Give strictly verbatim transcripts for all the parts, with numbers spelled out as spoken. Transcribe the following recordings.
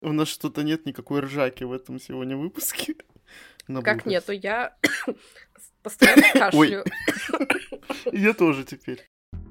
У нас что-то нет никакой ржаки в этом сегодня выпуске. Как нету? Я постоянно Ой, кашляю. я тоже теперь.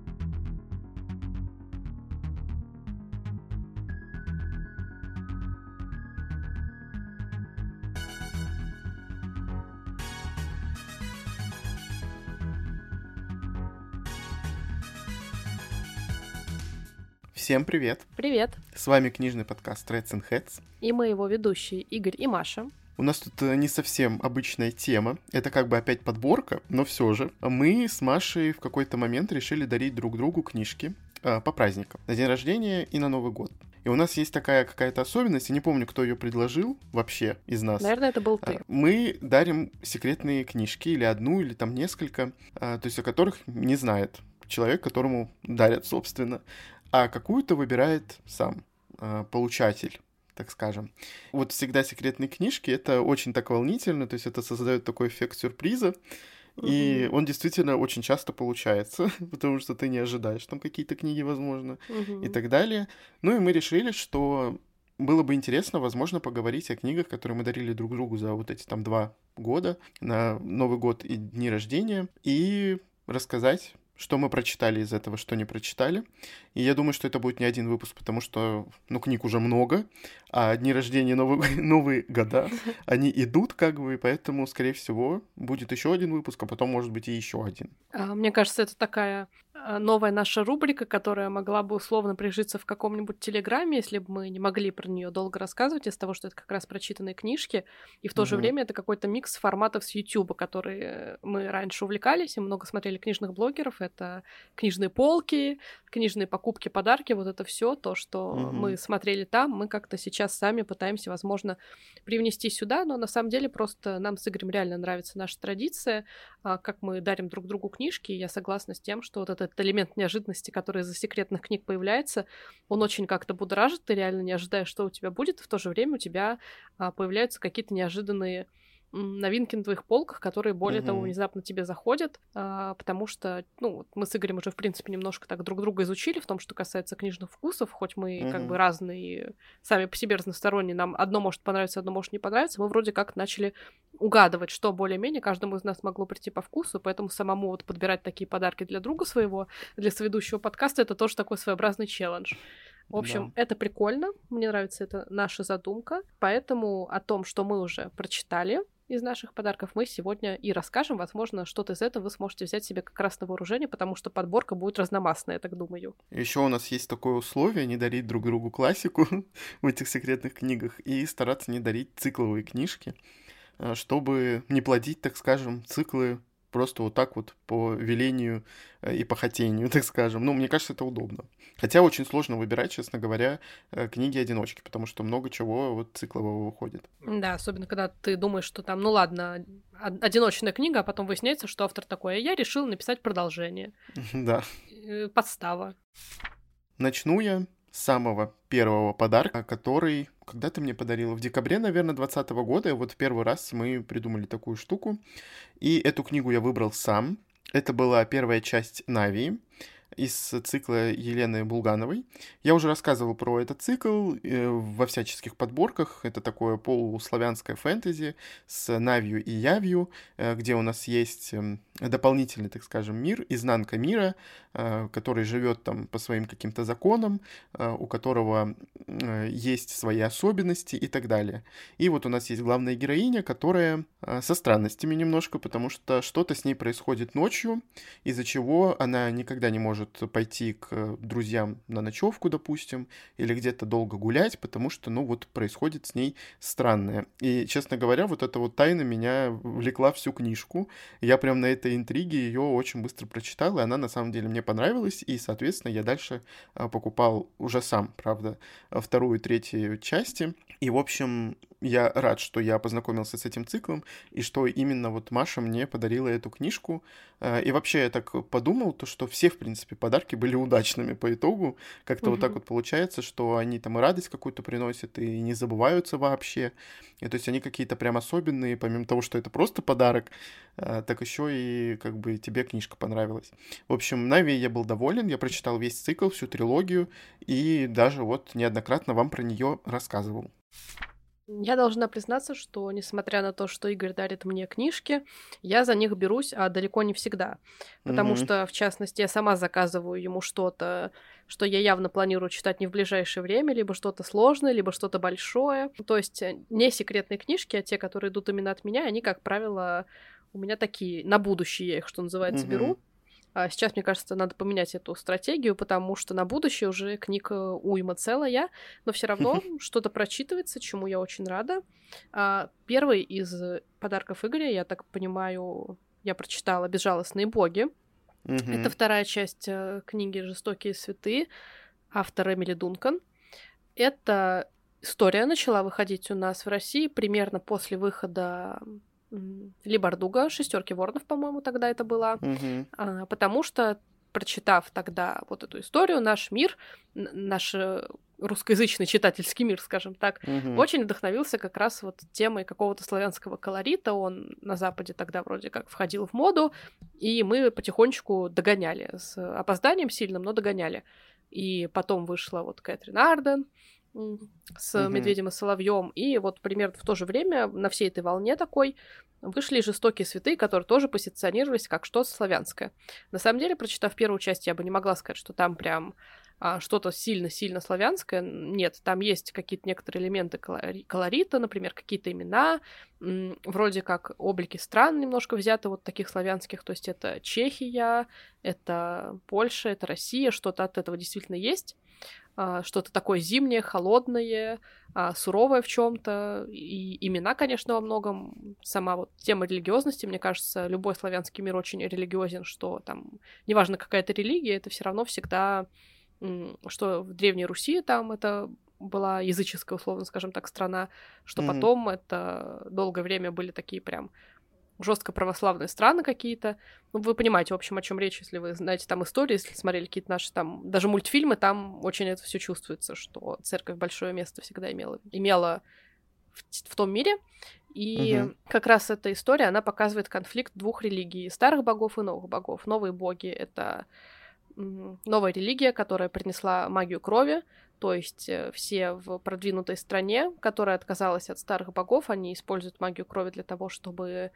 Всем привет! Привет. С вами книжный подкаст Reds and Heads. И мы его ведущие Игорь и Маша. У нас тут э, не совсем обычная тема. Это как бы опять подборка, но все же. Мы с Машей в какой-то момент решили дарить друг другу книжки э, по праздникам. На день рождения и на Новый год. И у нас есть такая какая-то особенность, я не помню, кто ее предложил вообще из нас. Наверное, это был ты. Мы дарим секретные книжки, или одну, или там несколько, э, то есть о которых не знает человек, которому дарят, собственно. А какую-то выбирает сам э, получатель, так скажем. Вот всегда секретные книжки, это очень так волнительно, то есть это создает такой эффект сюрприза, и Мгм. он действительно очень часто получается, потому что ты не ожидаешь там какие-то книги, возможно, и Мгм. так далее. Ну и мы решили, что было бы интересно, возможно, поговорить о книгах, которые мы дарили друг другу за вот эти там два года, на Новый год и дни рождения, и рассказать, что мы прочитали из этого, что не прочитали. И я думаю, что это будет не один выпуск, потому что, ну, книг уже много, а дни рождения, новые, новые года, они идут как бы, и поэтому, скорее всего, будет еще один выпуск, а потом, может быть, и еще один. А, Мне кажется, это такая а, новая наша рубрика, которая могла бы условно прижиться в каком-нибудь телеграме, если бы мы не могли про нее долго рассказывать, из того, что это как раз прочитанные книжки, и в то же Мгм. время это какой-то микс форматов с Ютуба, которые мы раньше увлекались, и много смотрели книжных блогеров. Это книжные полки, книжные покупки, подарки, вот это все то, что Мгм. мы смотрели там, мы как-то сейчас сами пытаемся, возможно, привнести сюда, но на самом деле просто нам с Игорем реально нравится наша традиция, а, как мы дарим друг другу книжки, и я согласна с тем, что вот этот элемент неожиданности, который из-за секретных книг появляется, он очень как-то будоражит, ты реально не ожидаешь, что у тебя будет, и в то же время у тебя а, появляются какие-то неожиданные м, новинки на твоих полках, которые, более того, Мгм. внезапно тебе заходят, а, потому что, ну, вот мы с Игорем уже, в принципе, немножко так друг друга изучили в том, что касается книжных вкусов, хоть мы как бы Мгм. разные, сами по себе разносторонние, нам одно может понравиться, одно может не понравиться, мы вроде как начали угадывать, что более-менее каждому из нас могло прийти по вкусу, поэтому самому вот подбирать такие подарки для друга своего, для соведущего подкаста, это тоже такой своеобразный челлендж. В общем, Да. это прикольно, мне нравится эта наша задумка, поэтому о том, что мы уже прочитали из наших подарков, мы сегодня и расскажем. Возможно, что-то из этого вы сможете взять себе как раз на вооружение, потому что подборка будет разномастная, я так думаю. Еще у нас есть такое условие не дарить друг другу классику в этих секретных книгах и стараться не дарить цикловые книжки, э, чтобы не плодить, так скажем, циклы просто вот так вот по велению э, и по хотению, так скажем. Ну, мне кажется, это удобно. Хотя очень сложно выбирать, честно говоря, э, книги-одиночки, потому что много чего вот циклового выходит. Да, особенно когда ты думаешь, что там, ну ладно, од- одиночная книга, а потом выясняется, что автор такой, а я решил написать продолжение. Да. Э, Подстава. Начну я с самого первого подарка, который когда ты мне подарила? В декабре, наверное, двадцатого года. И вот в первый раз мы придумали такую штуку. И эту книгу я выбрал сам. Это была первая часть Навии из цикла Елены Булгановой. Я уже рассказывал про этот цикл э, во всяческих подборках. Это такое полуславянское фэнтези с Навью и Явью, э, где у нас есть э, дополнительный, так скажем, мир, изнанка мира, э, который живет там по своим каким-то законам, э, у которого э, есть свои особенности и так далее. И вот у нас есть главная героиня, которая э, со странностями немножко, потому что что-то с ней происходит ночью, из-за чего она никогда не может пойти к друзьям на ночевку, допустим, или где-то долго гулять, потому что, ну, вот происходит с ней странное. И, честно говоря, вот эта вот тайна меня влекла всю книжку. Я прям на этой интриге ее очень быстро прочитал, и она на самом деле мне понравилась, и, соответственно, я дальше а, покупал уже сам, правда, вторую и третью части. И, в общем, я рад, что я познакомился с этим циклом, и что именно вот Маша мне подарила эту книжку. А, И вообще я так подумал, то, что все, в принципе, подарки были удачными по итогу. Как-то вот так Мгм. вот получается, что они там и радость какую-то приносят, и не забываются вообще. И то есть они какие-то прям особенные, помимо того, что это просто подарок, а, так еще и как бы тебе книжка понравилась. В общем, Нави я был доволен, я прочитал весь цикл, всю трилогию, и даже вот неоднократно вам про нее рассказывал. Я должна признаться, что, несмотря на то, что Игорь дарит мне книжки, я за них берусь, а далеко не всегда. Потому Мгм. что, в частности, я сама заказываю ему что-то, что я явно планирую читать не в ближайшее время, либо что-то сложное, либо что-то большое. То есть э, не секретные книжки, а те, которые идут именно от меня, они, как правило, у меня такие, на будущее я их, что называется, Мгм. беру. А сейчас, мне кажется, надо поменять эту стратегию, потому что на будущее уже книг э, уйма целая, но все равно что-то прочитывается, чему я очень рада. А, Первый из подарков Игоря, я так понимаю, я прочитала «Безжалостные боги». Это Мгм. вторая часть э, книги «Жестокие святые», автор Эмили Дункан. Эта история начала выходить у нас в России примерно после выхода м, Ли Бардуга, «Шестерки воронов», по-моему, тогда это была. Мгм. А, потому что, прочитав тогда вот эту историю, наш мир, н- наш э, русскоязычный читательский мир, скажем так, Мгм. очень вдохновился как раз вот темой какого-то славянского колорита. Он на Западе тогда вроде как входил в моду, и мы потихонечку догоняли. С опозданием сильным, но догоняли. И потом вышла вот Кэтрин Арден м, с Мгм. Медведем и Соловьем. И вот примерно в то же время на всей этой волне такой вышли «Жестокие святые», которые тоже позиционировались как что-то славянское. На самом деле, прочитав первую часть, я бы не могла сказать, что там прям а, что-то сильно-сильно славянское. Нет, там есть какие-то некоторые элементы колори- колорита, например, какие-то имена, м, вроде как облики стран немножко взяты вот таких славянских, то есть это Чехия, это Польша, это Россия, что-то от этого действительно есть, а, что-то такое зимнее, холодное, а, суровое в чем-то. И имена, конечно, во многом. Сама вот тема религиозности, мне кажется, любой славянский мир очень религиозен, что там, неважно, какая это религия, это все равно всегда, м, что в Древней Руси там это была языческая, условно скажем так, страна, что Мгм. потом это долгое время были такие прям жестко православные страны какие-то. Ну, вы понимаите, в общем, о чем речь, если вы знаете там истории, если смотрели какие-то наши там, даже мультфильмы, там очень это все чувствуется, что церковь большое место всегда имела, имела в, в том мире. И Мгм. как раз эта история, она показывает конфликт двух религий, старых богов и новых богов. Новые боги — это м, новая религия, которая принесла магию крови, то есть э, все в продвинутой стране, которая отказалась от старых богов, они используют магию крови для того, чтобы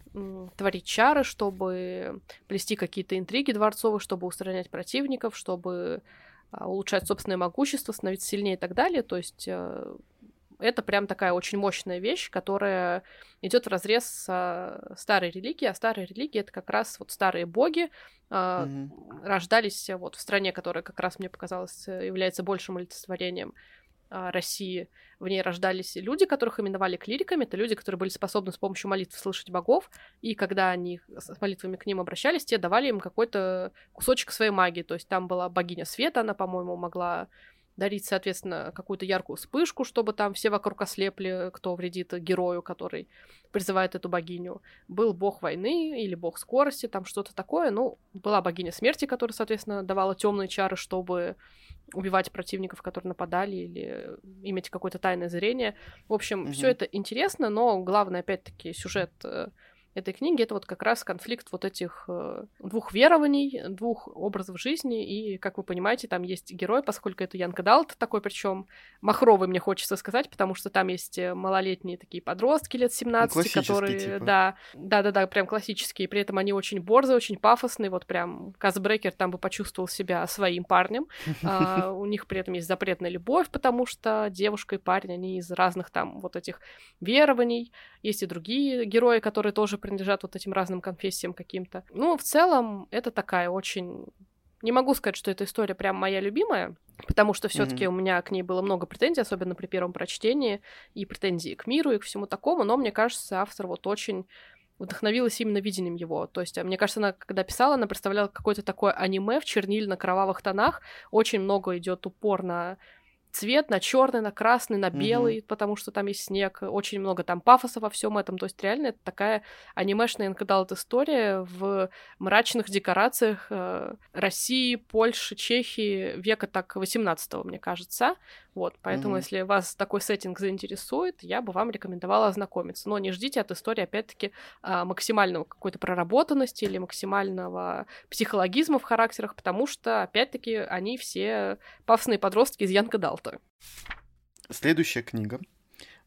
м, творить чары, чтобы плести какие-то интриги дворцовые, чтобы устранять противников, чтобы а, улучшать собственное могущество, становиться сильнее и так далее. То есть э, это прям такая очень мощная вещь, которая идет вразрез с а, старой религией, а старая религия — это как раз вот старые боги, а, Мгм. рождались вот в стране, которая как раз мне показалось э, является большим олицетворением а, России. В ней рождались люди, которых именовали клириками. Это люди, которые были способны с помощью молитв слышать богов, и когда они с молитвами к ним обращались, те давали им какой-то кусочек своей магии. То есть там была богиня света, она, по-моему, могла дарить, соответственно, какую-то яркую вспышку, чтобы там все вокруг ослепли, кто вредит герою, который призывает эту богиню. Был бог войны или бог скорости, там что-то такое. Ну, была богиня смерти, которая, соответственно, давала темные чары, чтобы убивать противников, которые нападали, или иметь какое-то тайное зрение. В общем, все Мгм. это интересно, но главное, опять-таки, сюжет э, этой книги — это вот как раз конфликт вот этих э, двух верований, двух образов жизни, и, как вы понимаете, там есть герой, поскольку это Янка Далт такой, причем махровый, мне хочется сказать, потому что там есть э, малолетние такие подростки лет Ну, семнадцати, классический которые, типа. да, да-да-да, прям классические, при этом они очень борзые, очень пафосные, вот прям Казбрекер там бы почувствовал себя своим парнем. А, у них при этом есть запретная любовь, потому что девушка и парень, они из разных там вот этих верований. Есть и другие герои, которые тоже принадлежат вот этим разным конфессиям каким-то. Ну, в целом, это такая очень... Не могу сказать, что эта история прям моя любимая, потому что все-таки Мгм. у меня к ней было много претензий, особенно при первом прочтении, и претензии к миру, и к всему такому, но мне кажется, автор вот очень вдохновилась именно видением его. То есть, а, мне кажется, она, когда писала, она представляла какое-то такое аниме в чернильно-кровавых тонах. Очень много идет упор на цвет, на черный, на красный, на Мгм. белый, потому что там есть снег, очень много там пафоса во всем этом, то есть реально это такая анимешная инкадалт история в мрачных декорациях э, России, Польши, Чехии века так восемнадцатого, мне кажется, вот, поэтому Мгм. если вас такой сеттинг заинтересует, я бы вам рекомендовала ознакомиться, но не ждите от истории, опять-таки, а, максимального какой-то проработанности или максимального психологизма в характерах, потому что, опять-таки, они все пафосные подростки из Янка Далта. Следующая книга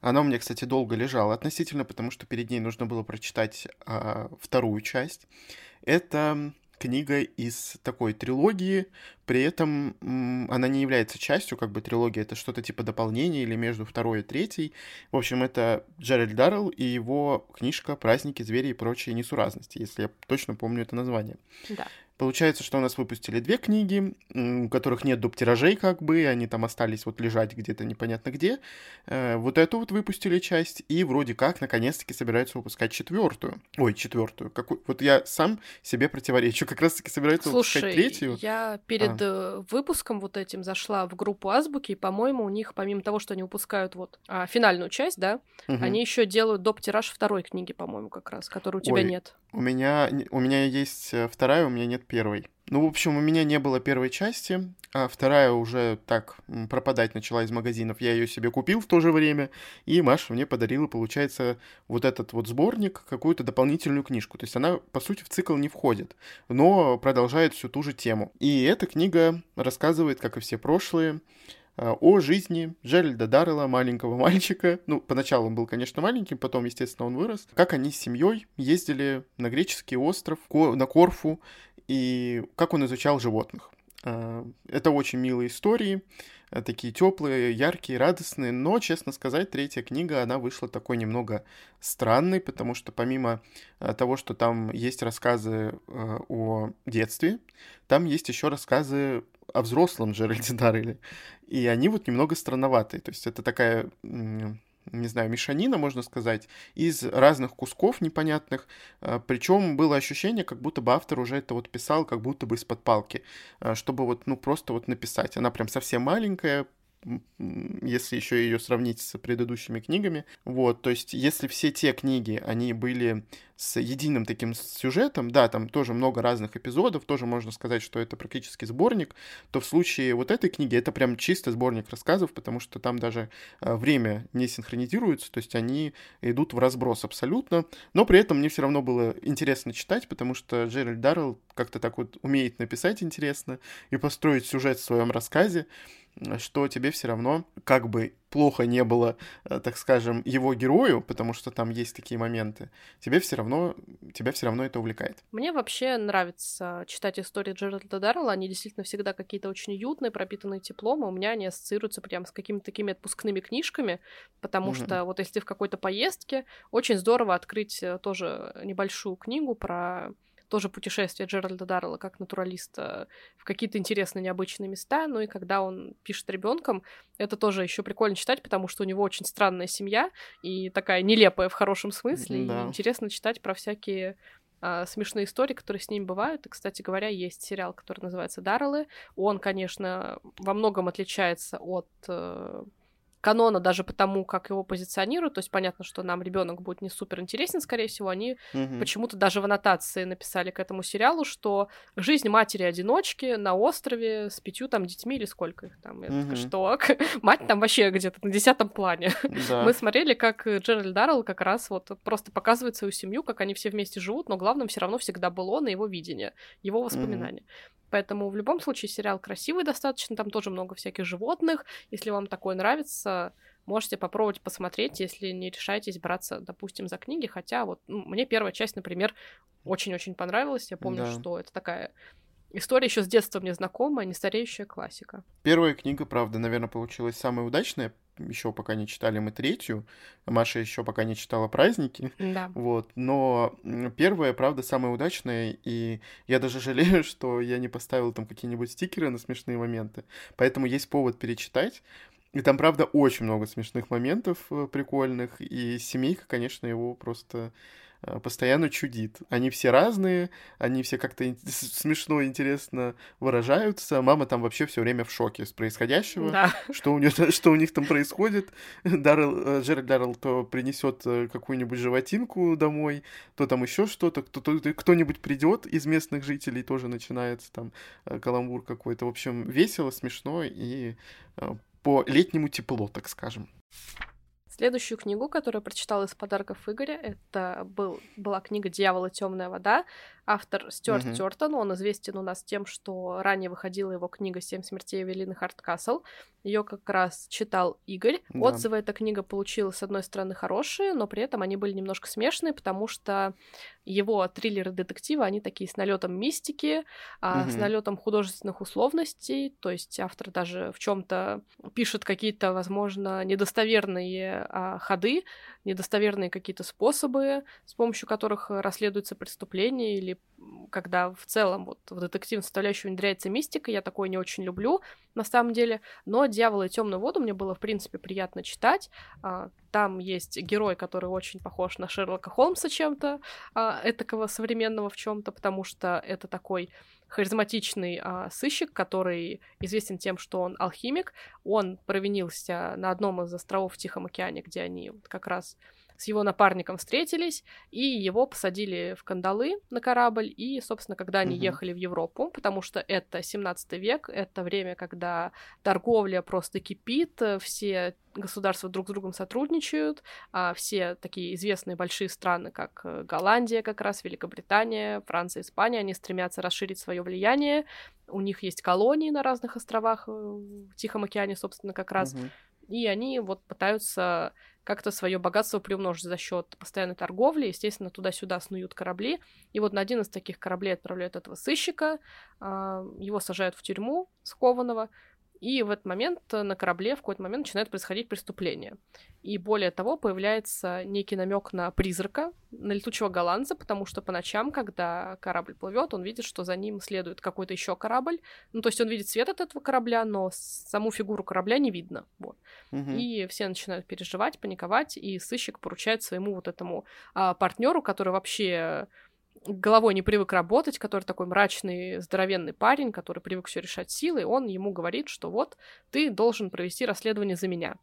Она у меня, кстати, долго лежала относительно, потому что перед ней нужно было прочитать а, вторую часть. Это книга из такой трилогии, при этом м, она не является частью, как бы трилогия, это что-то типа дополнения или между второй и третьей. В общем, это Джеральд Даррелл и его книжка «Праздники, звери и прочие несуразности», если я точно помню это название. Да. Получается, что у нас выпустили две книги, у которых нет доп. Тиражей, как бы, они там остались вот лежать где-то непонятно где. Вот эту вот выпустили часть, и вроде как, наконец-таки, собираются выпускать четвертую. Ой, четвертую. Какую? Вот я сам себе противоречу. Как раз-таки собираются Слушай, выпускать третью. я перед а. выпуском вот этим зашла в группу Азбуки, и, по-моему, у них, помимо того, что они выпускают вот а, финальную часть, да, угу. они еще делают доп-тираж второй книги, по-моему, как раз, которой у тебя Ой, нет. У меня, у меня есть вторая, у меня нет первой. Ну, в общем, у меня не было первой части, а вторая уже так пропадать начала из магазинов. Я ее себе купил в то же время, и Маша мне подарила, получается, вот этот вот сборник, какую-то дополнительную книжку. То есть она, по сути, в цикл не входит, но продолжает всю ту же тему. И эта книга рассказывает, как и все прошлые, о жизни Джеральда Даррелла, маленького мальчика. Ну, поначалу он был, конечно, маленьким, потом, естественно, он вырос. Как они с семьей ездили на греческий остров, на Корфу, и как он изучал животных. Это очень милые истории, такие теплые, яркие, радостные, но, честно сказать, третья книга, она вышла такой немного странной, потому что помимо того, что там есть рассказы о детстве, там есть еще рассказы о взрослом Джеральде Даррелле, и они вот немного странноватые, то есть это такая, не знаю, мешанина, можно сказать, из разных кусков непонятных, причем было ощущение, как будто бы автор уже это вот писал, как будто бы из-под палки, чтобы вот, ну, просто вот написать. Она прям совсем маленькая, если еще ее сравнить с предыдущими книгами. Вот, то есть, если все те книги, они были с единым таким сюжетом, да, там тоже много разных эпизодов, тоже можно сказать, что это практически сборник, то в случае вот этой книги это прям чисто сборник рассказов, потому что там даже время не синхронизируется, то есть они идут в разброс абсолютно, но при этом мне все равно было интересно читать, потому что Джеральд Даррелл как-то так вот умеет написать интересно и построить сюжет в своем рассказе, что тебе все равно, как бы плохо не было, так скажем, его герою, потому что там есть такие моменты, тебе все равно, тебя все равно это увлекает. Мне вообще нравится читать истории Джеральда Даррелла, они действительно всегда какие-то очень уютные, пропитанные теплом, и у меня они ассоциируются прям с какими-то такими отпускными книжками, потому mm-hmm. что вот если ты в какой-то поездке, очень здорово открыть тоже небольшую книгу про тоже путешествие Джеральда Даррелла как натуралиста в какие-то интересные, необычные места. Ну и когда он пишет ребенком, это тоже еще прикольно читать, потому что у него очень странная семья и такая нелепая в хорошем смысле. Да. И интересно читать про всякие а, смешные истории, которые с ними бывают. И, кстати говоря, есть сериал, который называется «Дарреллы». Он, конечно, во многом отличается от э, канона даже потому, как его позиционируют. То есть понятно, что нам ребенок будет не супер интересен, скорее всего. Они mm-hmm. почему-то даже в аннотации написали к этому сериалу, что жизнь матери-одиночки на острове с пятью там детьми или сколько их там. Mm-hmm. Я такая, что? Мать там вообще где-то на десятом плане. Да. Мы смотрели, как Джеральд Даррелл как раз вот просто показывает свою семью, как они все вместе живут, но главным все равно всегда было он и его видение, его воспоминания. Mm-hmm. Поэтому в любом случае сериал красивый достаточно, там тоже много всяких животных. Если вам такое нравится, можете попробовать посмотреть, если не решаетесь браться, допустим, за книги. Хотя вот ну, мне первая часть, например, очень-очень понравилась. Я помню, да. что это такая история еще с детства мне знакомая, нестареющая классика. Первая книга, правда, наверное, получилась самая удачная. Еще пока не читали мы третью. Маша еще пока не читала «Праздники». Да. Вот. Но первая, правда, самая удачная. И я даже жалею, что я не поставил там какие-нибудь стикеры на смешные моменты. Поэтому есть повод перечитать. И там, правда, очень много смешных моментов прикольных. И семейка, конечно, его просто постоянно чудит. Они все разные, они все как-то смешно и интересно выражаются. Мама там вообще все время в шоке с происходящего. Да. Что у них, что у них там происходит. Даррелл, Джеральд Даррелл то принесет какую-нибудь животинку домой, то там еще что-то. Кто-нибудь придет из местных жителей, тоже начинается там каламбур какой-то. В общем, весело, смешно и по-летнему тепло, так скажем. Следующую книгу, которую я прочитала из подарков Игоря, это был, была книга «Дьявол и темная вода». Автор Стюарт Мгм. Тёртон, он известен у нас тем, что ранее выходила его книга «Семь смертей Эвелины Хардкасл». Ее как раз читал Игорь. Да. Отзывы эта книга получила, с одной стороны, хорошие, но при этом они были немножко смешанные, потому что его триллеры-детективы, они такие с налетом мистики, а, с Мгм. налетом художественных условностей, то есть автор даже в чем-то пишет какие-то, возможно, недостоверные а, ходы, недостоверные какие-то способы, с помощью которых расследуется преступление, или м, когда в целом вот в детективную составляющую внедряется мистика, я такое не очень люблю, на самом деле, но «Дьявола и темную воду» мне было, в принципе, приятно читать. А, Там есть герой, который очень похож на Шерлока Холмса чем-то, а, этакого современного в чем-то, потому что это такой харизматичный а, сыщик, который известен тем, что он алхимик. Он провинился на одном из островов в Тихом океане, где они вот как раз с его напарником встретились, и его посадили в кандалы на корабль, и, собственно, когда они Мгм. ехали в Европу, потому что это семнадцатый век, это время, когда торговля просто кипит, э, все государства друг с другом сотрудничают, а все такие известные большие страны, как э, Голландия как раз, Великобритания, Франция, Испания, они стремятся расширить свое влияние, у них есть колонии на разных островах э, в Тихом океане, собственно, как раз, Мгм. и они вот пытаются как-то свое богатство приумножить за счет постоянной торговли. Естественно, туда-сюда снуют корабли. И вот на один из таких кораблей отправляют этого сыщика, а, его сажают в тюрьму скованного, и в этот момент на корабле в какой-то момент начинает происходить преступление. И более того, появляется некий намек на призрака, на летучего голландца, потому что по ночам, когда корабль плывет, он видит, что за ним следует какой-то еще корабль. Ну, то есть он видит свет от этого корабля, но саму фигуру корабля не видно. Вот. Мгм. И все начинают переживать, паниковать, и сыщик поручает своему вот этому а, партнеру, который вообще головой не привык работать, который такой мрачный, здоровенный парень, который привык все решать силой, он ему говорит, что вот, ты должен провести расследование за меня.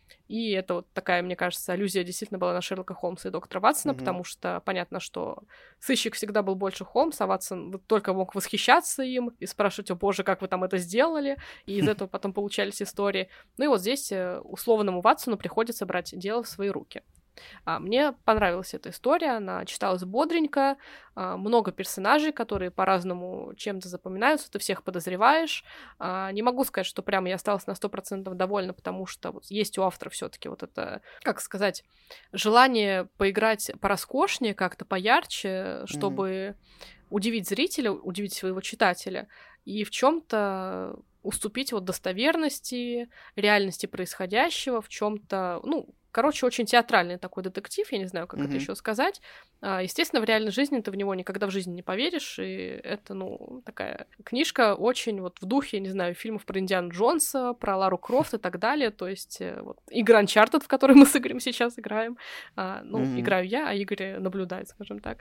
И это вот такая, мне кажется, аллюзия действительно была на Шерлока Холмса и доктора Ватсона, Мгм. потому что понятно, что сыщик всегда был больше Холмс, а Ватсон вот только мог восхищаться им и спрашивать: о боже, как вы там это сделали, и из этого потом получались истории. Ну и вот здесь э, условному Ватсону приходится брать дело в свои руки. А, Мне понравилась эта история, она читалась бодренько, а, много персонажей, которые по-разному чем-то запоминаются, ты всех подозреваешь. А, Не могу сказать, что прямо я осталась на сто процентов довольна, потому что вот есть у автора все таки вот это, как сказать, желание поиграть пороскошнее, как-то поярче, Мгм. чтобы удивить зрителя, удивить своего читателя, и в чем то уступить вот достоверности, реальности происходящего, в чем то ну, короче, очень театральный такой детектив, я не знаю, как это Мгм. еще сказать. А, Естественно, в реальной жизни ты в него никогда в жизни не поверишь, и это, ну, такая книжка очень вот в духе, не знаю, фильмов про Индиану Джонса, про Лару Крофт и так далее, то есть э, вот игра Uncharted, в которой мы с Игорем сейчас играем, а, ну, Мгм. играю я, а Игорь наблюдает, скажем так,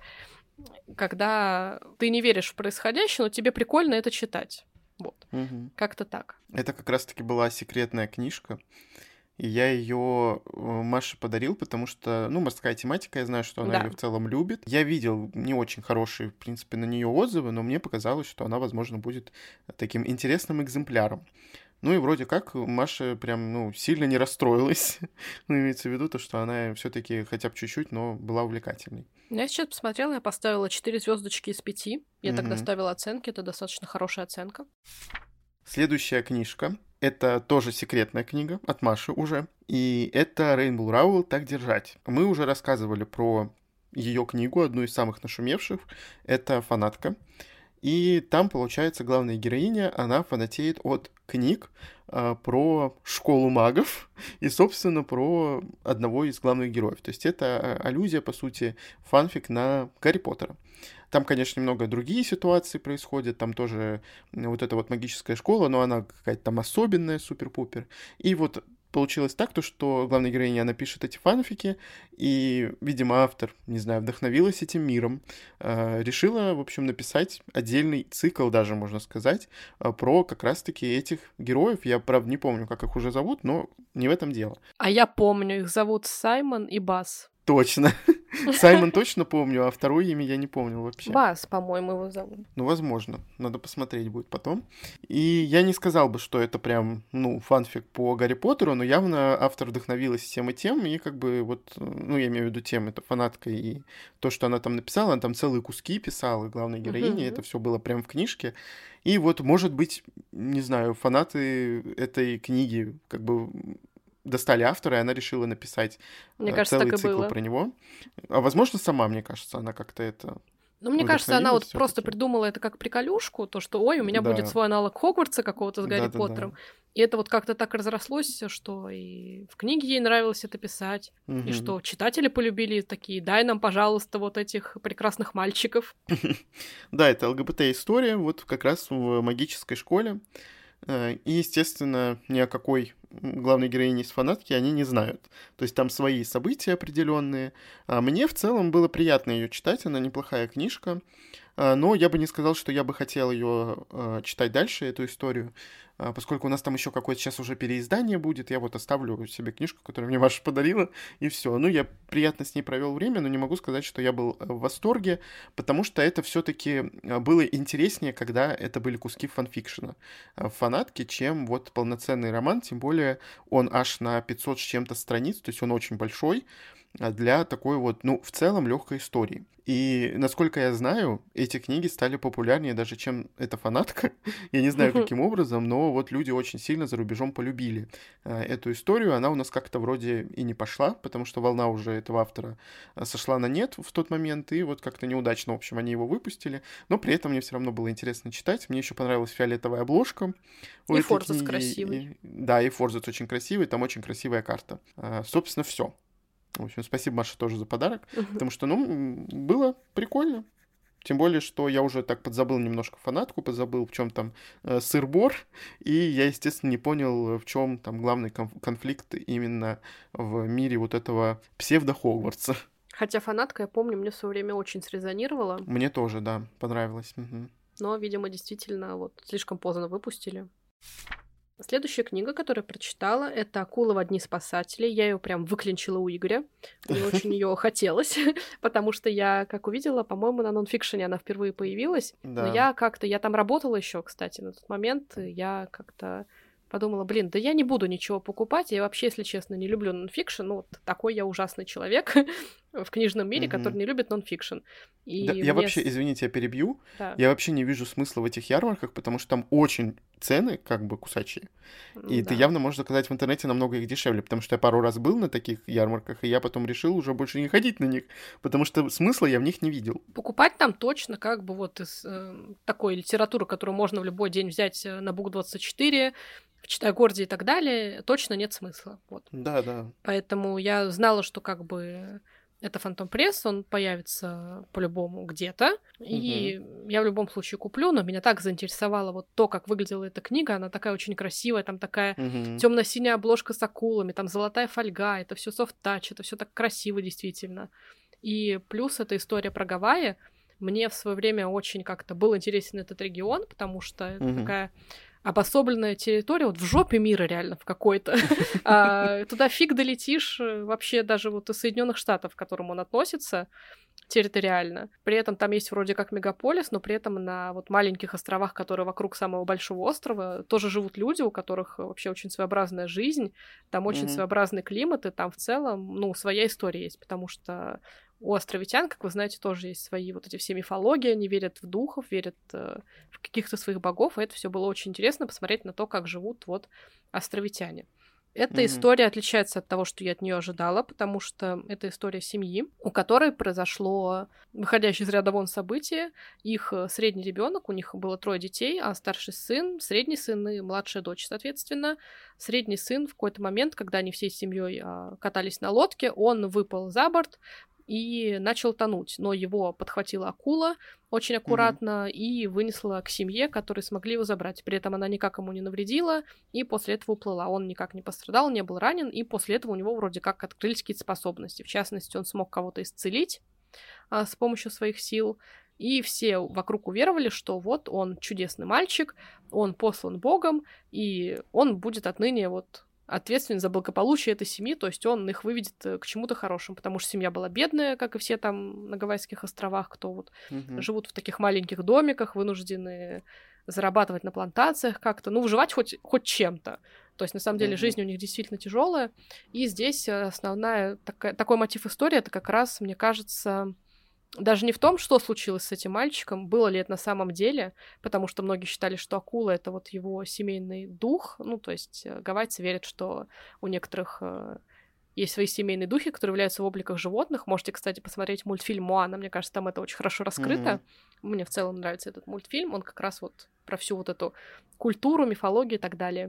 когда ты не веришь в происходящее, но тебе прикольно это читать. Вот, Мгм. как-то так. Это как раз-таки была секретная книжка, и я ее Маше подарил, потому что, ну, морская тематика, я знаю, что она Да. ее в целом любит. Я видел не очень хорошие, в принципе, на нее отзывы, но мне показалось, что она, возможно, будет таким интересным экземпляром. Ну и вроде как Маша прям, ну, сильно не расстроилась. Ну, имеется в виду то, что она все-таки хотя бы чуть-чуть, но была увлекательной. Я сейчас посмотрела, я поставила четыре звездочки из пяти. Я тогда Мгм. ставила оценки, это достаточно хорошая оценка. Следующая книжка — это тоже секретная книга от Маши уже, и это Рейнбоу Раул «Так держать». Мы уже рассказывали про ее книгу, одну из самых нашумевших, это «Фанатка». И там, получается, главная героиня, она фанатеет от книг а, про школу магов и, собственно, про одного из главных героев. То есть это а, аллюзия, по сути, фанфик на Гарри Поттера. Там, конечно, немного другие ситуации происходят, там тоже м, вот эта вот магическая школа, но она какая-то там особенная, супер-пупер. И вот получилось так, то, что главная героиня, она пишет эти фанфики, и, видимо, автор, не знаю, вдохновилась этим миром, э, решила, в общем, написать отдельный цикл, даже можно сказать, э, про как раз-таки этих героев. Я, правда, не помню, как их уже зовут, но не в этом дело. А я помню, их зовут Саймон и Бас. Точно. Саймон точно помню, а второе имя я не помню вообще. Бас, по-моему, его зовут. Ну, возможно. Надо посмотреть будет потом. И я не сказал бы, что это прям, ну, фанфик по Гарри Поттеру, но явно автор вдохновилась тем и тем, и как бы вот, ну, я имею в виду тем, это фанатка, и то, что она там написала, она там целые куски писала, главной героине, это все было прям в книжке. И вот, может быть, не знаю, фанаты этой книги как бы достали автора, и она решила написать Мне э, кажется, целый так и цикл было. про него. А возможно, сама, мне кажется, она как-то это Ну, мне кажется, она вот вдохновилась просто всё-таки. придумала это как приколюшку, то, что, ой, у меня будет Да, свой аналог Хогвартса какого-то с Гарри да-да-да. Поттером. И это вот как-то так разрослось, что и в книге ей нравилось это писать, и Мгм. что читатели полюбили такие, дай нам, пожалуйста, вот этих прекрасных мальчиков. Да, это ЛГБТ-история, вот как раз в магической школе. Э, И, естественно, ни о какой м, главной героине из фанатки они не знают. То есть там свои события определенные. А мне в целом было приятно ее читать, она неплохая книжка. А, Но я бы не сказал, что я бы хотел ее читать дальше, эту историю, а, поскольку у нас там еще какое-то сейчас уже переиздание будет. Я вот оставлю себе книжку, которую мне Маша подарила, и все. Ну, я приятно с ней провел время, но не могу сказать, что я был э, в восторге, потому что это все-таки было интереснее, когда это были куски фанфикшена э, в фанатке, чем вот полноценный роман, тем более он аж на пятьсот с чем-то страниц, то есть он очень большой, а, для такой вот, ну, в целом легкой истории. И, насколько я знаю, эти книги стали популярнее даже, чем эта фанатка. Я не знаю, каким образом, но вот люди очень сильно за рубежом полюбили а, эту историю. Она у нас как-то вроде и не пошла, потому что волна уже этого автора а, сошла на нет в тот момент, и вот как-то неудачно, в общем, они его выпустили. Но при этом мне все равно было интересно читать. Мне еще понравилась фиолетовая обложка у И этой Форзац книги. красивый. И- да, и Форзац очень красивый, там очень красивая карта. А, собственно, все. В общем, спасибо, Маша, тоже за подарок, потому что, ну, м, было прикольно. Тем более, что я уже так подзабыл немножко фанатку, подзабыл, в чем там э, сыр-бор, и я, естественно, не понял, в чем там главный конф- конфликт именно в мире вот этого псевдо-Хогвартса. Хотя фанатка, я помню, мне в свое время очень срезонировала, Мне тоже, да, понравилось. Мгм. но, видимо, действительно вот слишком поздно выпустили. Следующая книга, которую я прочитала, это «Акула в дни спасателей». Я ее прям выклинчила у Игоря. Мне очень ее хотелось, потому что я, как увидела, по-моему, на нонфикшене она впервые появилась. Но Да. я как-то... Я там работала еще, кстати, на тот момент. и Я как-то подумала, блин, да я не буду ничего покупать. Я вообще, если честно, не люблю нонфикшн. Ну, вот такой я ужасный человек в книжном мире, который Мгм. не любит нонфикшн. И Да, я мне... вообще, с- извините, я перебью. Да, Я вообще не вижу смысла в этих ярмарках, потому что там очень цены как бы кусачие. И ты да. явно можешь заказать в интернете намного их дешевле, потому что я пару раз был на таких ярмарках, и я потом решил уже больше не ходить на них, потому что смысла я в них не видел. Покупать там точно как бы вот из э, такой литературы, которую можно в любой день взять э, на бук двадцать четыре, в Читай-городе и так далее, точно нет смысла. Вот. Да, да. Поэтому я знала, что как бы это Фантом Пресс, он появится по-любому где-то, и я в любом случае куплю, но меня так заинтересовало вот то, как выглядела эта книга, она такая очень красивая, там такая Мгм. темно-синяя обложка с акулами, там золотая фольга, это все софт-тач, это все так красиво действительно. И плюс эта история про Гавайи. Мне в свое время очень как-то был интересен этот регион, потому что это Мгм. такая обособленная территория, вот в жопе мира реально в какой-то. А, Туда фиг долетишь э, вообще даже вот из Соединенных Штатов, к которым он относится территориально. При этом там есть вроде как мегаполис, но при этом на вот маленьких островах, которые вокруг самого большого острова, тоже живут люди, у которых вообще очень своеобразная жизнь, там очень Мгм. своеобразный климат, и там в целом, ну, своя история есть, потому что у островитян, как вы знаете, тоже есть свои вот эти все мифологии, они верят в духов, верят э, в каких-то своих богов, и это все было очень интересно посмотреть на то, как живут вот островитяне. Эта Мгм. история отличается от того, что я от нее ожидала, потому что это история семьи, у которой произошло выходящее из ряда вон событие. Их э, средний ребенок, у них было трое детей, а старший сын, средний сын и младшая дочь, соответственно. Средний сын в какой-то момент, когда они всей семьей а, катались на лодке, он выпал за борт и начал тонуть, но его подхватила акула очень аккуратно и вынесла к семье, которые смогли его забрать. При этом она никак ему не навредила, и после этого уплыла. Он никак не пострадал, не был ранен, и после этого у него вроде как открылись какие-то способности. В частности, он смог кого-то исцелить а, с помощью своих сил, и все вокруг уверовали, что вот он чудесный мальчик, он послан Богом, и он будет отныне вот ответственен за благополучие этой семьи, то есть он их выведет к чему-то хорошему, потому что семья была бедная, как и все там на Гавайских островах, кто вот Мгм. живут в таких маленьких домиках, вынуждены зарабатывать на плантациях как-то, ну, выживать хоть, хоть чем-то. То есть, на самом деле, Мгм. жизнь у них действительно тяжелая. И здесь основная такая, такой мотив истории, это как раз, мне кажется, даже не в том, что случилось с этим мальчиком, было ли это на самом деле, потому что многие считали, что акула — это вот его семейный дух. Ну, то есть э, гавайцы верят, что у некоторых э, есть свои семейные духи, которые являются в обликах животных. Можете, кстати, посмотреть мультфильм «Моана». Мне кажется, там это очень хорошо раскрыто. Мгм. Мне в целом нравится этот мультфильм. Он как раз вот про всю вот эту культуру, мифологию и так далее.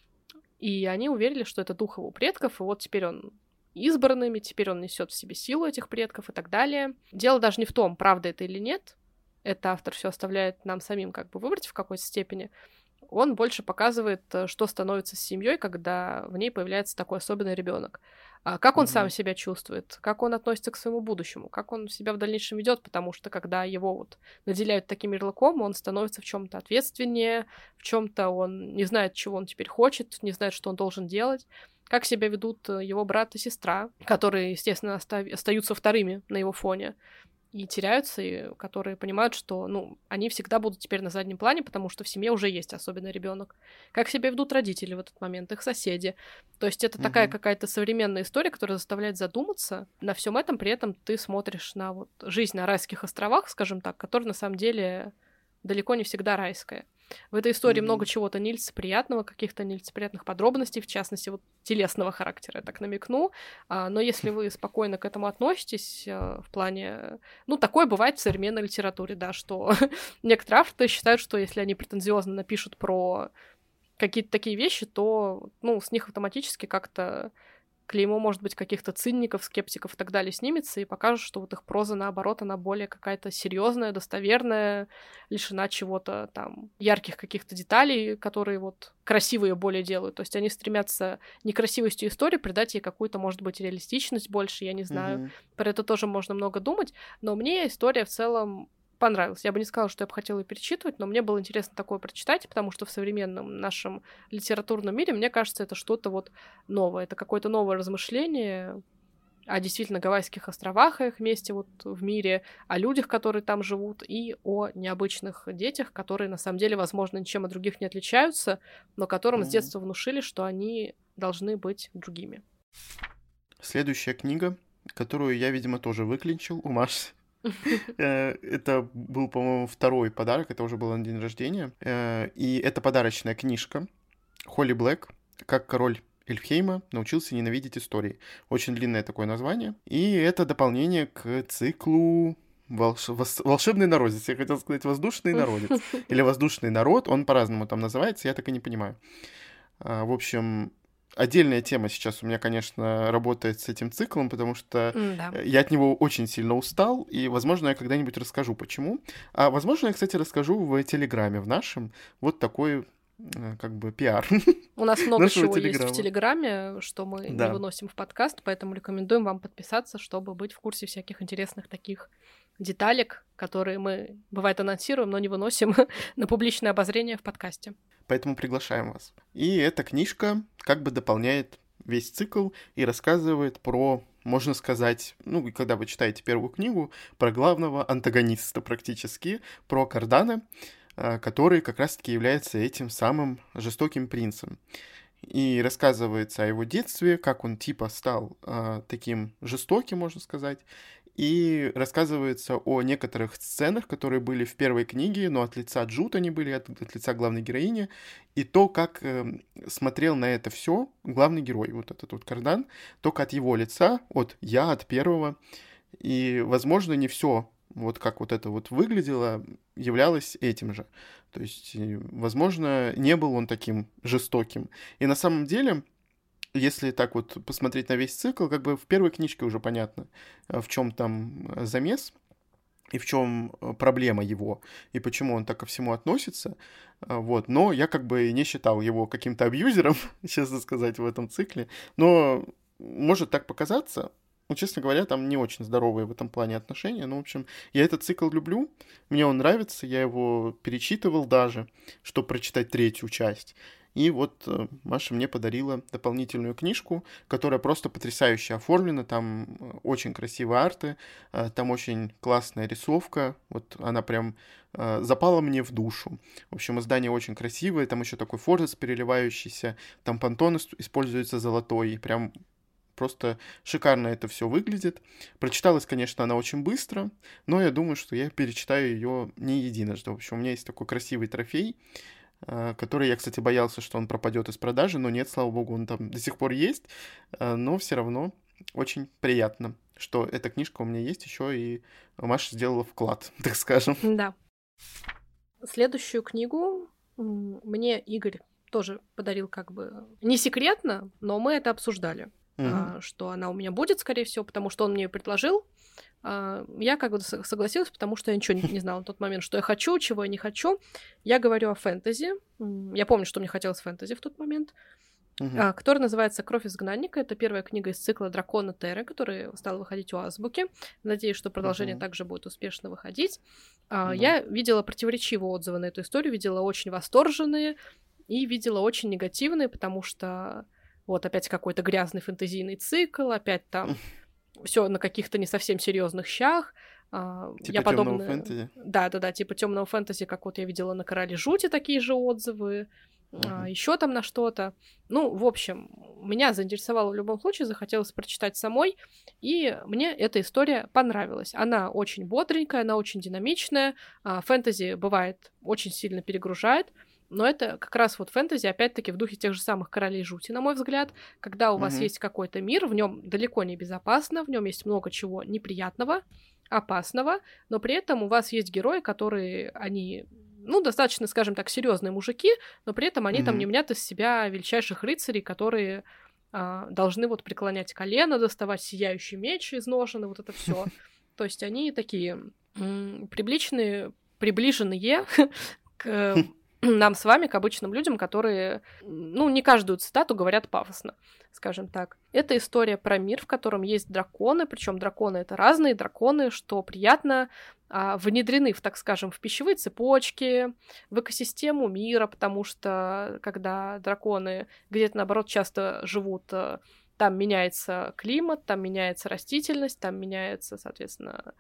И они уверили, что это дух его предков, и вот теперь он избранными, теперь он несет в себе силу этих предков и так далее. Дело даже не в том, правда это или нет. Это автор все оставляет нам самим как бы выбрать в какой-то степени. Он больше показывает, э, что становится с семьей, когда в ней появляется такой особенный ребенок. А как он сам Мгм. себя чувствует, как он относится к своему будущему, как он себя в дальнейшем ведет, потому что когда его вот наделяют таким ярлыком, он становится в чем-то ответственнее, в чем-то он не знает, чего он теперь хочет, не знает, что он должен делать. Как себя ведут э, его брат и сестра, которые, естественно, оста- остаются вторыми на его фоне и теряются, и которые понимают, что, ну, они всегда будут теперь на заднем плане, потому что в семье уже есть особенный ребенок. Как себя ведут родители в этот момент, их соседи. То есть это такая Мгм. какая-то современная история, которая заставляет задуматься. На всем этом при этом ты смотришь на вот жизнь на райских островах, скажем так, которая на самом деле далеко не всегда райская. В этой истории Мгм. много чего-то нелицеприятного, каких-то нелицеприятных подробностей, в частности, вот телесного характера, я так намекну. А, но если вы спокойно к этому относитесь, а, в плане... Ну, такое бывает в современной литературе, да, что некоторые авторы считают, что если они претензиозно напишут про какие-то такие вещи, то, ну, с них автоматически как-то клеймо, может быть, каких-то циников, скептиков и так далее снимется и покажет, что вот их проза, наоборот, она более какая-то серьезная, достоверная, лишена чего-то там, ярких каких-то деталей, которые вот красивые более делают. То есть они стремятся некрасивостью истории придать ей какую-то, может быть, реалистичность больше, я не знаю. Мгм. Про это тоже можно много думать, но мне история в целом понравилась. Я бы не сказала, что я бы хотела ее перечитывать, но мне было интересно такое прочитать, потому что в современном нашем литературном мире, мне кажется, это что-то вот новое. Это какое-то новое размышление о действительно Гавайских островах, и их месте вот в мире, о людях, которые там живут, и о необычных детях, которые на самом деле, возможно, ничем от других не отличаются, но которым с Мгм. детства внушили, что они должны быть другими. Следующая книга, которую я, видимо, тоже выклинчил у Маши. Э, Это был, по-моему, второй подарок, это уже было на день рождения. Э, И это подарочная книжка Холли Блэк «Как король Эльфхейма научился ненавидеть истории». Очень длинное такое название. И это дополнение к циклу волш- вос- «Волшебный народец». Я хотел сказать «Воздушный народец». Или «Воздушный народ». Он по-разному там называется, я так и не понимаю. А, В общем, отдельная тема сейчас у меня, конечно, работает с этим циклом, потому что Да. э, я от него очень сильно устал, и, возможно, я когда-нибудь расскажу, почему. А, возможно, я, кстати, расскажу в Телеграме, в нашем, вот такой, э, как бы, пиар У нас много нашего чего есть в Телеграма. Телеграме, что мы не Да. выносим в подкаст, поэтому рекомендуем вам подписаться, чтобы быть в курсе всяких интересных таких деталек, которые мы, бывает, анонсируем, но не выносим на публичное обозрение в подкасте. Поэтому приглашаем вас. И эта книжка как бы дополняет весь цикл и рассказывает про, можно сказать, ну, и когда вы читаете первую книгу, про главного антагониста практически, про Кардана, а, который как раз-таки является этим самым жестоким принцем. И рассказывается о его детстве, как он типа стал а, таким жестоким, можно сказать. И рассказывается о некоторых сценах, которые были в первой книге, но от лица Джуд они были, от, от лица главной героини. И то, как э, смотрел на это все главный герой, вот этот вот Кардан, только от его лица, от я, от первого. И, возможно, не все, вот как вот это вот выглядело, являлось этим же. То есть, и, возможно, не был он таким жестоким. И на самом деле, если так вот посмотреть на весь цикл, как бы в первой книжке уже понятно, э, в чем там э, замес и в чем э, проблема его, и почему он так ко всему относится. А, Вот. Но я как бы не считал его каким-то абьюзером, честно сказать, в этом цикле. Но может так показаться. Ну, честно говоря, там не очень здоровые в этом плане отношения. Ну, в общем, я этот цикл люблю, мне он нравится, я его перечитывал даже, чтобы прочитать третью часть. И вот э, Маша мне подарила дополнительную книжку, которая просто потрясающе оформлена, там э, очень красивые арты, э, там очень классная рисовка, вот она прям э, запала мне в душу. В общем, издание очень красивое, там еще такой форзац переливающийся, там понтон ис- используется золотой, и прям просто шикарно это все выглядит. Прочиталась, конечно, она очень быстро, но я думаю, что я перечитаю ее не единожды. В общем, у меня есть такой красивый трофей, э, который я, кстати, боялся, что он пропадет из продажи, но нет, слава богу, он там до сих пор есть, э, но все равно очень приятно, что эта книжка у меня есть еще, и Маша сделала вклад, так скажем. Да. Следующую книгу м, мне Игорь тоже подарил как бы не секретно, но мы это обсуждали. Мгм. а, что она у меня будет, скорее всего, потому что он мне ее предложил. А, я как бы со- согласилась, потому что я ничего не, не знала на тот момент, что я хочу, чего я не хочу. Я говорю о фэнтези. М, Я помню, что мне хотелось фэнтези в тот момент, Мгм. а, который называется «Кровь изгнанника». Это первая книга из цикла «Дракона Терры», который стал выходить у Азбуки. Надеюсь, что продолжение Мгм. также будет успешно выходить. А, Да. Я видела противоречивые отзывы на эту историю, видела очень восторженные и видела очень негативные, потому что вот опять какой-то грязный фэнтезийный цикл, опять там все на каких-то не совсем серьезных щах. А, Типа Я темного подобное... фэнтези. Да, да, да, типа темного фэнтези, как вот я видела на Короле Жути такие же отзывы, Мгм. еще там на что-то. Ну, в общем, меня заинтересовало в любом случае, захотелось прочитать самой, и мне эта история понравилась. Она очень бодренькая, она очень динамичная. А, Фэнтези бывает очень сильно перегружает, но это как раз вот фэнтези, опять-таки, в духе тех же самых Королей Жути, на мой взгляд, когда у вас Мгм. есть какой-то мир, в нем далеко не безопасно, в нем есть много чего неприятного, опасного, но при этом у вас есть герои, которые, они, ну, достаточно, скажем так, серьезные мужики, но при этом они там не Мгм. мнят из себя величайших рыцарей, которые а, должны вот преклонять колено, доставать сияющий меч из ножен, и вот это все. То есть они такие м, приближенные, приближенные к нам с вами, к обычным людям, которые, ну, не каждую цитату говорят пафосно, скажем так. Это история про мир, в котором есть драконы, причем драконы это разные драконы, что приятно, а, внедрены, в, так скажем, в пищевые цепочки, в экосистему мира, потому что когда драконы где-то, наоборот, часто живут, а, там меняется климат, там меняется растительность, там меняется, соответственно,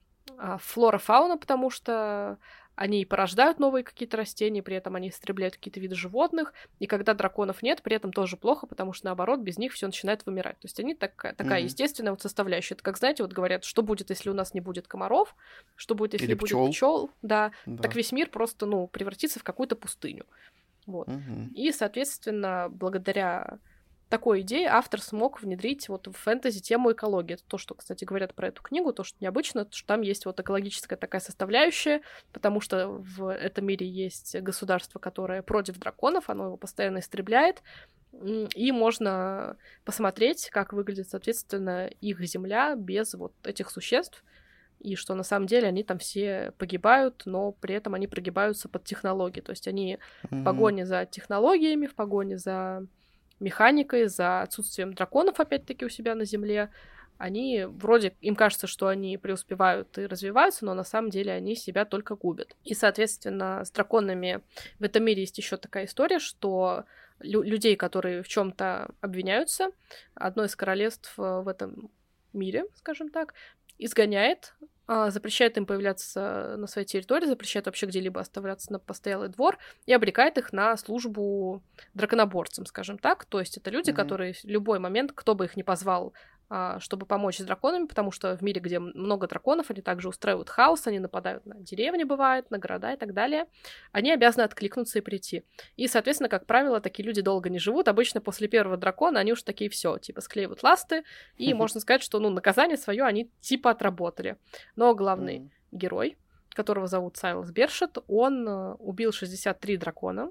а, флора, фауна, потому что они и порождают новые какие-то растения, при этом они истребляют какие-то виды животных, и когда драконов нет, при этом тоже плохо, потому что, наоборот, без них все начинает вымирать. То есть они такая, такая Мгм. естественная вот составляющая. Это как, знаете, вот говорят, что будет, если у нас не будет комаров, что будет, если Или не будет пчел. пчел, да, так Да. весь мир просто, ну, превратится в какую-то пустыню. Вот. Мгм. И, соответственно, благодаря такой идее автор смог внедрить вот в фэнтези тему экологии. Это то, что, кстати, говорят про эту книгу, то, что необычно, то, что там есть вот экологическая такая составляющая, потому что в этом мире есть государство, которое против драконов, оно его постоянно истребляет, м, и можно посмотреть, как выглядит, соответственно, их земля без вот этих существ, и что на самом деле они там все погибают, но при этом они прогибаются под технологии. То есть они в Мгм. погоне за технологиями, в погоне за механикой, за отсутствием драконов, опять-таки, у себя на Земле, они вроде, им кажется, что они преуспевают и развиваются, но на самом деле они себя только губят. И, соответственно, с драконами в этом мире есть еще такая история, что лю- людей, которые в чем-то обвиняются, одно из королевств э, в этом мире, скажем так, изгоняет, а, запрещает им появляться на своей территории, запрещает вообще где-либо оставляться на постоялый двор и обрекает их на службу драконоборцам, скажем так. То есть это люди, Мгм. которые в любой момент, кто бы их ни позвал, а, чтобы помочь с драконами, потому что в мире, где м- много драконов, они также устраивают хаос, они нападают на деревни, бывает, на города и так далее. Они обязаны откликнуться и прийти. И, соответственно, как правило, такие люди долго не живут. Обычно после первого дракона они уж такие все, типа склеивают ласты, и можно сказать, что, ну, наказание свое они типа отработали. Но главный Мгм. герой, которого зовут Сайлас Бершет, он э, убил шестьдесят три дракона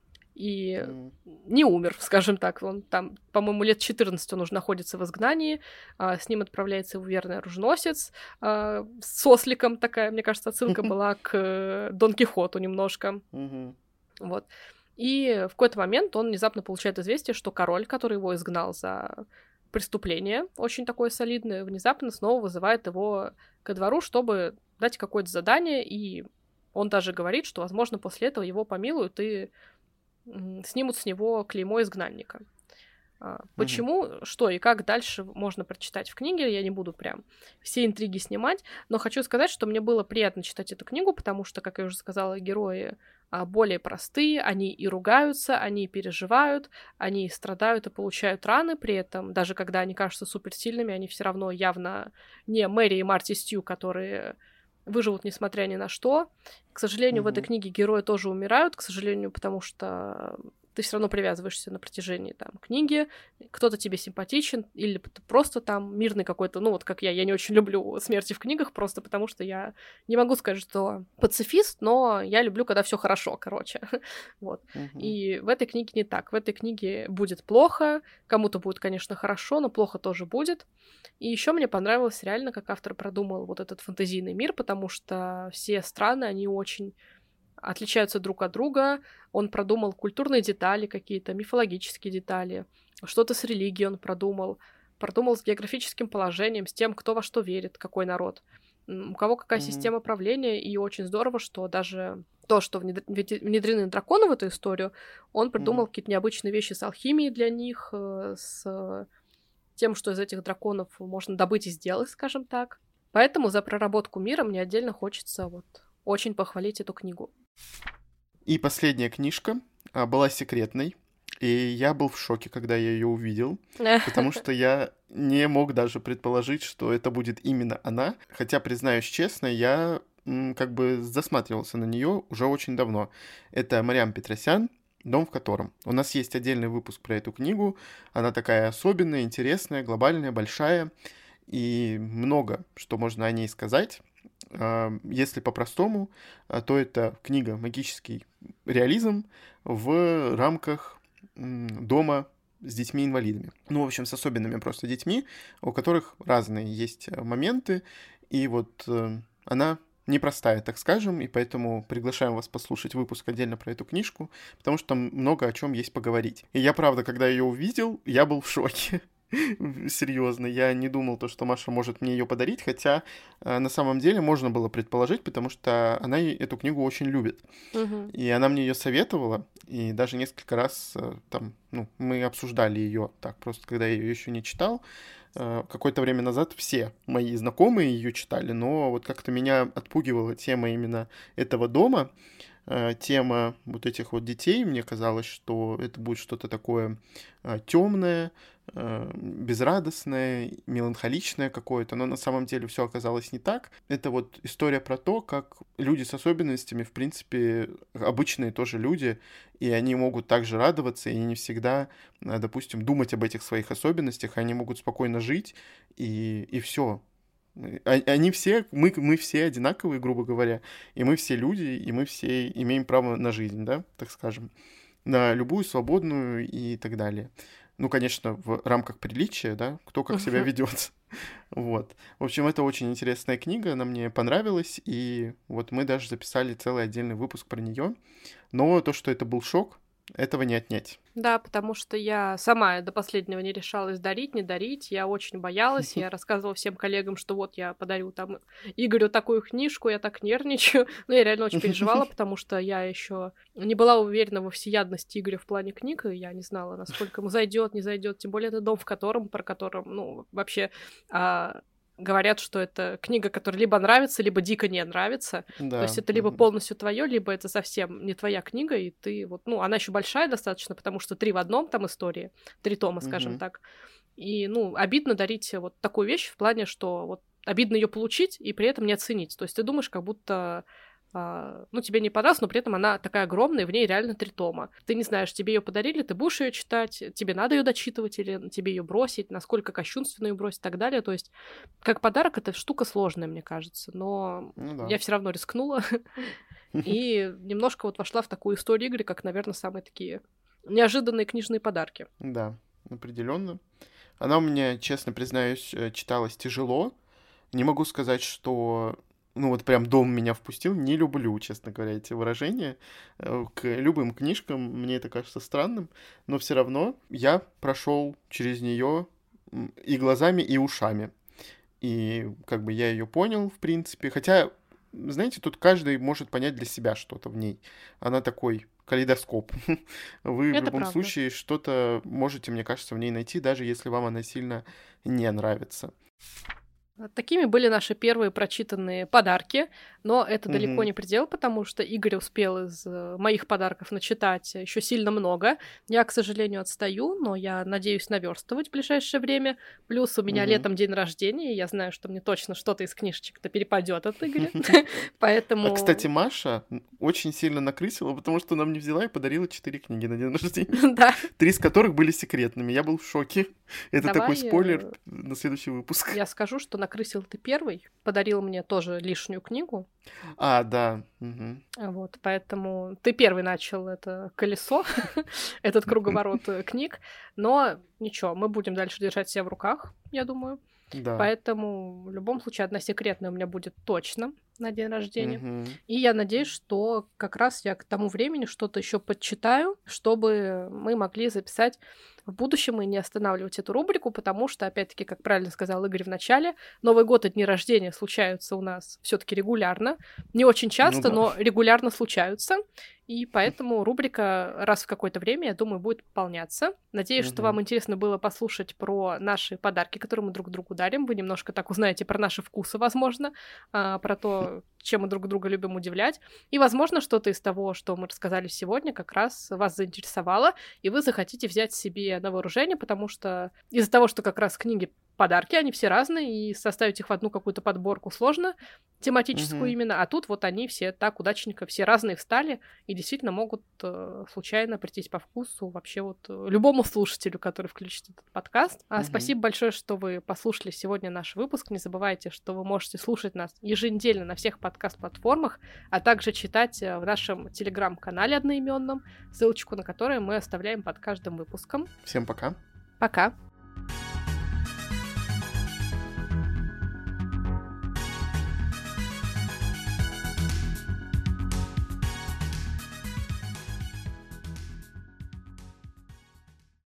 и Мгм. не умер, скажем так. Он там, по-моему, лет четырнадцать он уже находится в изгнании, а, с ним отправляется его верный оруженосец а, с осликом такая, мне кажется, отсылка была к э, Дон Кихоту немножко. Мгм. Вот. И в какой-то момент он внезапно получает известие, что король, который его изгнал за преступление, очень такое солидное, внезапно снова вызывает его ко двору, чтобы дать какое-то задание, и он даже говорит, что, возможно, после этого его помилуют и снимут с него клеймо изгнанника. Почему, mm-hmm. что и как дальше можно прочитать в книге, я не буду прям все интриги снимать, но хочу сказать, что мне было приятно читать эту книгу, потому что, как я уже сказала, герои более простые, они и ругаются, они и переживают, они и страдают и получают раны, при этом, даже когда они кажутся суперсильными, они все равно явно не Мэри и Марти Стью, которые выживут несмотря ни на что. К сожалению, mm-hmm. в этой книге герои тоже умирают, к сожалению, потому что ты все равно привязываешься на протяжении там книги, кто-то тебе симпатичен, или ты просто там мирный какой-то, ну вот как я, я не очень люблю смерти в книгах, просто потому что я не могу сказать, что пацифист, но я люблю, когда все хорошо, короче. Вот. Uh-huh. И в этой книге не так. В этой книге будет плохо, кому-то будет, конечно, хорошо, но плохо тоже будет. И еще мне понравилось реально, как автор продумал вот этот фэнтезийный мир, потому что все страны, они очень отличаются друг от друга. Он продумал культурные детали какие-то, мифологические детали, что-то с религией он продумал, продумал с географическим положением, с тем, кто во что верит, какой народ, у кого какая mm-hmm. система правления, и очень здорово, что даже то, что внедрены драконы в эту историю, он придумал mm-hmm. какие-то необычные вещи с алхимией для них, с тем, что из этих драконов можно добыть и сделать, скажем так. Поэтому за проработку мира мне отдельно хочется вот очень похвалить эту книгу. И последняя книжка а, была секретной, и я был в шоке, когда я ее увидел, потому что я не мог даже предположить, что это будет именно она, хотя, признаюсь честно, я м, как бы засматривался на нее уже очень давно. Это Мариам Петросян «Дом в котором». У нас есть отдельный выпуск про эту книгу, она такая особенная, интересная, глобальная, большая, и много что можно о ней сказать. Если по-простому, то это книга «Магический реализм» в рамках дома с детьми-инвалидами. Ну, в общем, с особенными просто детьми, у которых разные есть моменты, и вот она непростая, так скажем, и поэтому приглашаем вас послушать выпуск отдельно про эту книжку, потому что там много о чем есть поговорить. И я, правда, когда ее увидел, я был в шоке. Серьезно, я не думал то, что Маша может мне ее подарить, хотя э, на самом деле можно было предположить, потому что она эту книгу очень любит. Uh-huh. И она мне ее советовала, и даже несколько раз э, там, ну, мы обсуждали ее так, просто когда я ее еще не читал. Э, какое-то время назад все мои знакомые ее читали, но вот как-то меня отпугивала тема именно этого дома, э, тема вот этих вот детей. Мне казалось, что это будет что-то такое э, темное, безрадостное, меланхоличное какое-то, но на самом деле все оказалось не так. Это вот история про то, как люди с особенностями, в принципе, обычные тоже люди, и они могут также радоваться, и не всегда, допустим, думать об этих своих особенностях, они могут спокойно жить, и, и все. Они все, мы, мы все одинаковые, грубо говоря, и мы все люди, и мы все имеем право на жизнь, да, так скажем, на любую свободную и так далее. Ну, конечно, в рамках приличия, да, кто как себя ведет. Вот. В общем, это очень интересная книга, она мне понравилась, и вот мы даже записали целый отдельный выпуск про нее. Но то, что это был шок, этого не отнять. Да, потому что я сама до последнего не решалась дарить, не дарить. Я очень боялась. Я рассказывала всем коллегам, что вот я подарю там Игорю такую книжку, я так нервничаю. Но я реально очень переживала, потому что я еще не была уверена во всеядности Игоря в плане книг, и я не знала, насколько ему зайдет, не зайдет. Тем более это дом, в котором, про котором, ну, вообще... А... говорят, что это книга, которая либо нравится, либо дико не нравится. Да. То есть это либо полностью твое, либо это совсем не твоя книга, и ты вот, ну, она еще большая достаточно, потому что три в одном там истории, три тома, скажем mm-hmm. так. И, ну, обидно дарить вот такую вещь в плане, что вот обидно ее получить и при этом не оценить. То есть ты думаешь, как будто Uh, ну, тебе не понравилось, но при этом она такая огромная, в ней реально три тома. Ты не знаешь, тебе ее подарили, ты будешь ее читать, тебе надо ее дочитывать или тебе ее бросить, насколько кощунственно ее бросить и так далее. То есть, как подарок, это штука сложная, мне кажется, но ну, да. я все равно рискнула и немножко вот вошла в такую историю игры, как, наверное, самые такие неожиданные книжные подарки. Да, определенно. Она у меня, честно признаюсь, читалась тяжело. Не могу сказать, что... Ну, вот прям дом меня впустил. Не люблю, честно говоря, эти выражения. К любым книжкам мне это кажется странным, но все равно я прошел через нее и глазами, и ушами. И как бы я ее понял, в принципе. Хотя, знаете, тут каждый может понять для себя что-то в ней. Она такой калейдоскоп. Вы Это в любом правда. случае что-то можете, мне кажется, в ней найти, даже если вам она сильно не нравится. Такими были наши первые прочитанные подарки, но это Мгм. далеко не предел, потому что Игорь успел из э, моих подарков начитать еще сильно много. Я, к сожалению, отстаю, но я надеюсь наверстывать в ближайшее время. Плюс у меня Мгм. летом день рождения, и я знаю, что мне точно что-то из книжечек-то перепадет от Игоря. А, Поэтому, кстати, Маша м, очень сильно накрысила, потому что нам не взяла и подарила четыре книги на день рождения, да, три из которых были секретными. Я был в шоке. Это такой давай спойлер э, на следующий выпуск. я скажу, что накрысил ты первый, подарил мне тоже лишнюю книгу. А, да. Мгм. Вот, поэтому ты первый начал это колесо, этот круговорот э, книг, но ничего, мы будем дальше держать себя в руках, я думаю. Да. Поэтому в любом случае одна секретная у меня будет точно на день рождения. Мгм. И я надеюсь, что как раз я к тому времени что-то еще подчитаю, чтобы мы могли записать в будущем и не останавливать эту рубрику, потому что, опять-таки, как правильно сказал Игорь в начале, Новый год и дни рождения случаются у нас все-таки регулярно. Не очень часто, да. но регулярно случаются. И поэтому рубрика раз в какое-то время, я думаю, будет пополняться. Надеюсь, что Мгм. вам интересно было послушать про наши подарки, которые мы друг другу дарим. Вы немножко так узнаете про наши вкусы, возможно, а, про то, чем мы друг друга любим удивлять. И, возможно, что-то из того, что мы рассказали сегодня, как раз вас заинтересовало, и вы захотите взять себе на вооружение, потому что из-за того, что как раз книги подарки, они все разные, и составить их в одну какую-то подборку сложно, тематическую Мгм. именно, а тут вот они все так удачненько, все разные встали, и действительно могут э, случайно прийтись по вкусу вообще вот э, любому слушателю, который включит этот подкаст. А, Мгм. спасибо большое, что вы послушали сегодня наш выпуск. Не забывайте, что вы можете слушать нас еженедельно на всех подкаст-платформах, а также читать э, в нашем телеграм-канале одноименном, ссылочку на который мы оставляем под каждым выпуском. Всем пока. Пока!